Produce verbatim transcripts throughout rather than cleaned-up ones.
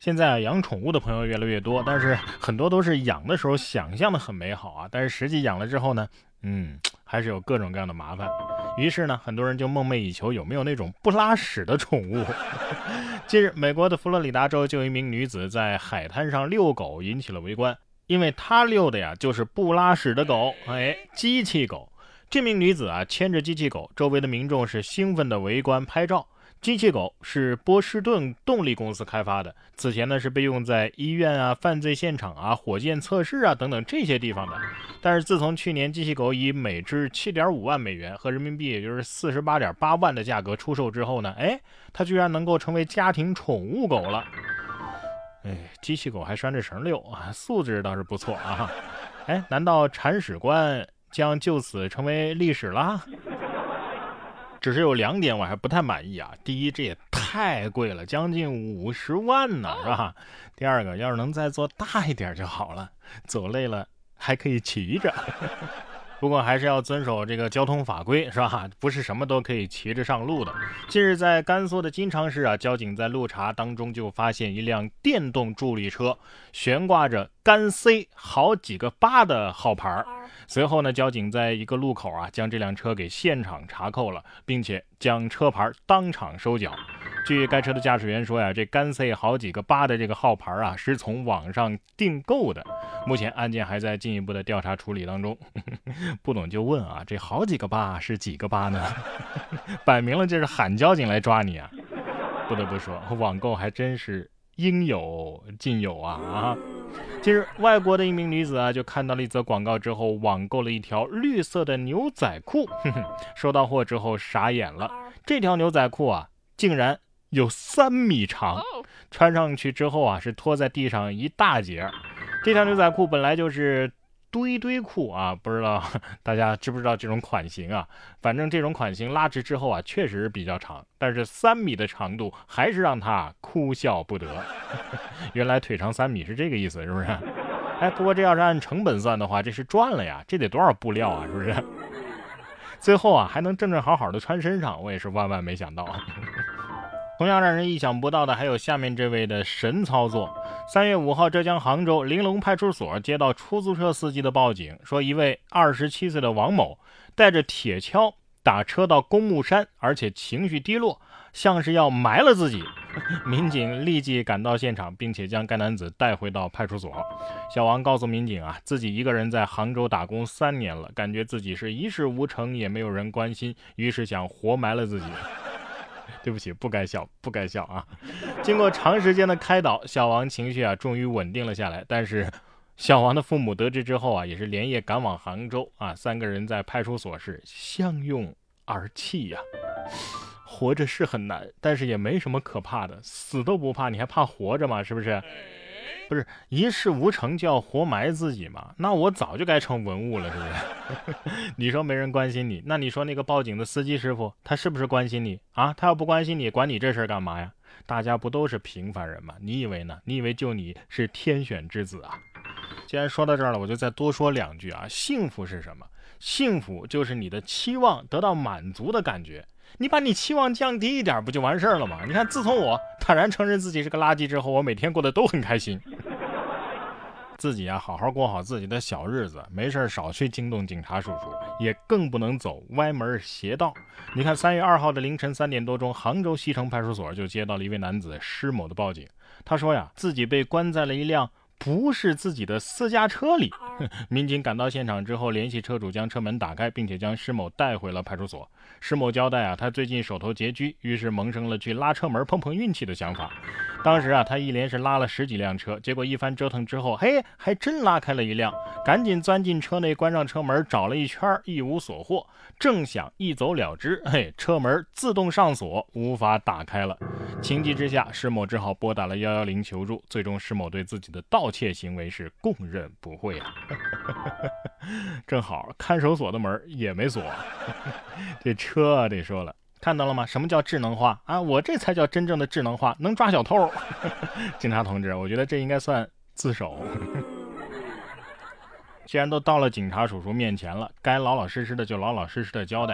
现在啊，养宠物的朋友越来越多，但是很多都是养的时候想象的很美好啊，但是实际养了之后呢，嗯，还是有各种各样的麻烦。于是呢，很多人就梦寐以求有没有那种不拉屎的宠物。近日，美国的佛罗里达州就有一名女子在海滩上遛狗，引起了围观，因为她遛的呀就是不拉屎的狗，哎，机器狗。这名女子啊牵着机器狗，周围的民众是兴奋的围观拍照。机器狗是波士顿动力公司开发的，此前呢是被用在医院啊、犯罪现场啊、火箭测试啊等等这些地方的。但是自从去年机器狗以每只 七点五万美元和人民币也就是四十八点八万的价格出售之后呢，哎，它居然能够成为家庭宠物狗了。哎，机器狗还拴着绳遛啊，素质倒是不错啊。哎，难道铲屎官将就此成为历史啦？只是有两点我还不太满意啊。第一，这也太贵了，将近五十万呢，是吧？第二个，要是能再做大一点就好了，走累了还可以骑着。不过还是要遵守这个交通法规，是吧？不是什么都可以骑着上路的。近日在甘肃的金昌市啊，交警在路查当中就发现一辆电动助力车，悬挂着甘 C 好几个八的号牌。随后呢，交警在一个路口啊，将这辆车给现场查扣了，并且将车牌当场收缴。据该车的驾驶员说呀，这甘 C 好几个八的这个号牌啊，是从网上订购的。目前案件还在进一步的调查处理当中。不懂就问啊，这好几个八是几个八呢？摆明了这是喊交警来抓你啊！不得不说，网购还真是应有尽有啊啊！近日，外国的一名女子啊，就看到了一则广告之后，网购了一条绿色的牛仔裤。呵呵，收到货之后傻眼了，这条牛仔裤啊，竟然有三米长，穿上去之后啊，是拖在地上一大截。这条牛仔裤本来就是堆堆裤啊，不知道大家知不知道这种款型啊？反正这种款型拉直之后啊，确实比较长，但是三米的长度还是让他哭笑不得。原来腿长三米是这个意思，是不是？哎，不过这要是按成本算的话，这是赚了呀，这得多少布料啊，是不是？最后啊，还能正正好好的穿身上，我也是万万没想到。同样让人意想不到的还有下面这位的神操作。三月五号，浙江杭州玲珑派出所接到出租车司机的报警，说一位二十七岁的王某带着铁锹打车到公墓山，而且情绪低落，像是要埋了自己。民警立即赶到现场，并且将该男子带回到派出所。小王告诉民警啊，自己一个人在杭州打工三年了，感觉自己是一事无成，也没有人关心，于是想活埋了自己。对不起，不该笑，不该笑啊！经过长时间的开导，小王情绪啊终于稳定了下来。但是，小王的父母得知之后啊，也是连夜赶往杭州啊，三个人在派出所是相拥而泣呀、啊。活着是很难，但是也没什么可怕的，死都不怕，你还怕活着吗？是不是？不是一事无成就要活埋自己嘛？那我早就该成文物了，是不是？你说没人关心你，那你说那个报警的司机师傅，他是不是关心你啊？他要不关心你，管你这事干嘛呀？大家不都是平凡人吗？你以为呢？你以为就你是天选之子啊？既然说到这儿了，我就再多说两句啊。幸福是什么？幸福就是你的期望得到满足的感觉。你把你期望降低一点不就完事儿了吗？你看自从我坦然承认自己是个垃圾之后，我每天过得都很开心。自己啊好好过好自己的小日子，没事少去惊动警察叔叔，也更不能走歪门邪道。你看三月二号的凌晨三点多钟，杭州西城派出所就接到了一位男子施某的报警。他说呀，自己被关在了一辆不是自己的私家车里。民警赶到现场之后，联系车主将车门打开，并且将施某带回了派出所。施某交代啊，他最近手头拮据，于是萌生了去拉车门碰碰运气的想法。当时啊，他一连是拉了十几辆车，结果一番折腾之后，嘿，还真拉开了一辆，赶紧钻进车内，关上车门，找了一圈，一无所获。正想一走了之，嘿，车门自动上锁，无法打开了。情急之下，施某只好拨打了一一零求助。最终，施某对自己的盗窃行为是供认不讳啊。正好看守所的门也没锁，这车啊得说了。看到了吗？什么叫智能化啊？我这才叫真正的智能化，能抓小偷。警察同志，我觉得这应该算自首。既然都到了警察叔叔面前了，该老老实实的就老老实实的交代。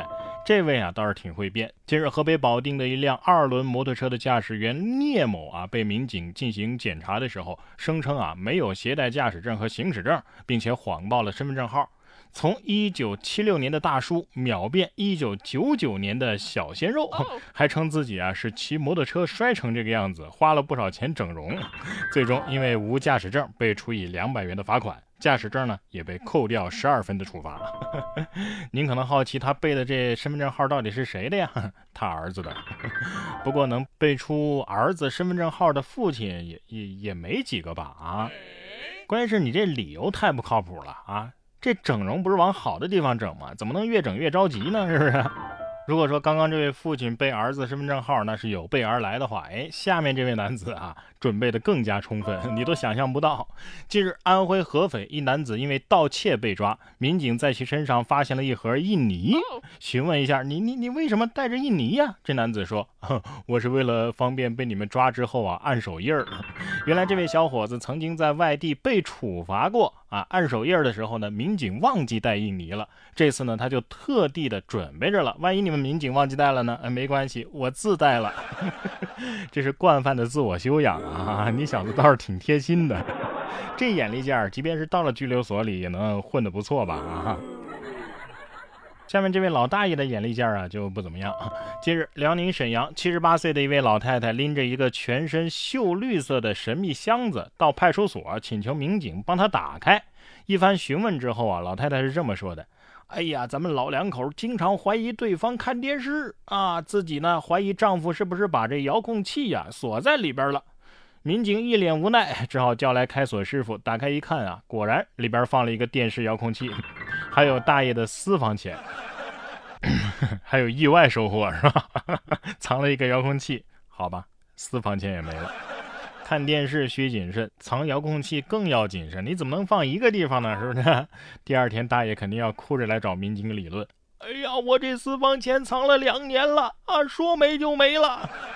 这位啊倒是挺会变。近日，河北保定的一辆二轮摩托车的驾驶员聂某啊，被民警进行检查的时候，声称啊没有携带驾驶证和行驶证，并且谎报了身份证号。从一九七六年的大叔秒变一九九九年的小鲜肉，还称自己啊是骑摩托车摔成这个样子，花了不少钱整容。最终因为无驾驶证被处以两百元的罚款，驾驶证呢也被扣掉十二分的处罚。您可能好奇他背的这身份证号到底是谁的呀？他儿子的。不过能背出儿子身份证号的父亲也也也没几个吧啊！关键是你这理由太不靠谱了啊！这整容不是往好的地方整吗？怎么能越整越着急呢？是不是？如果说刚刚这位父亲背儿子身份证号那是有备而来的话，哎，下面这位男子啊准备的更加充分，你都想象不到。近日，安徽合肥一男子因为盗窃被抓，民警在其身上发现了一盒印泥，询问一下你你你为什么带着印泥呀？这男子说，我是为了方便被你们抓之后啊按手印儿。原来这位小伙子曾经在外地被处罚过啊，按手印儿的时候呢，民警忘记带印泥了，这次呢他就特地的准备着了，万一你们民警忘记带了呢？哎，没关系，我自带了。这是惯犯的自我修养啊！你小子倒是挺贴心的。这眼力劲儿，即便是到了拘留所里，也能混得不错吧？啊！下面这位老大爷的眼力劲儿啊，就不怎么样。近日，辽宁沈阳七十八岁的一位老太太拎着一个全身锈绿色的神秘箱子到派出所，请求民警帮她打开。一番询问之后啊，老太太是这么说的：哎呀，咱们老两口经常怀疑对方看电视啊，自己呢怀疑丈夫是不是把这遥控器呀、啊、锁在里边了。民警一脸无奈，只好叫来开锁师傅，打开一看啊，果然里边放了一个电视遥控器，还有大爷的私房钱。还有意外收获是吧？藏了一个遥控器，好吧，私房钱也没了。看电视需谨慎，藏遥控器更要谨慎。你怎么能放一个地方呢？是不是？第二天大爷肯定要哭着来找民警理论。哎呀，我这私房钱藏了两年了啊，说没就没了。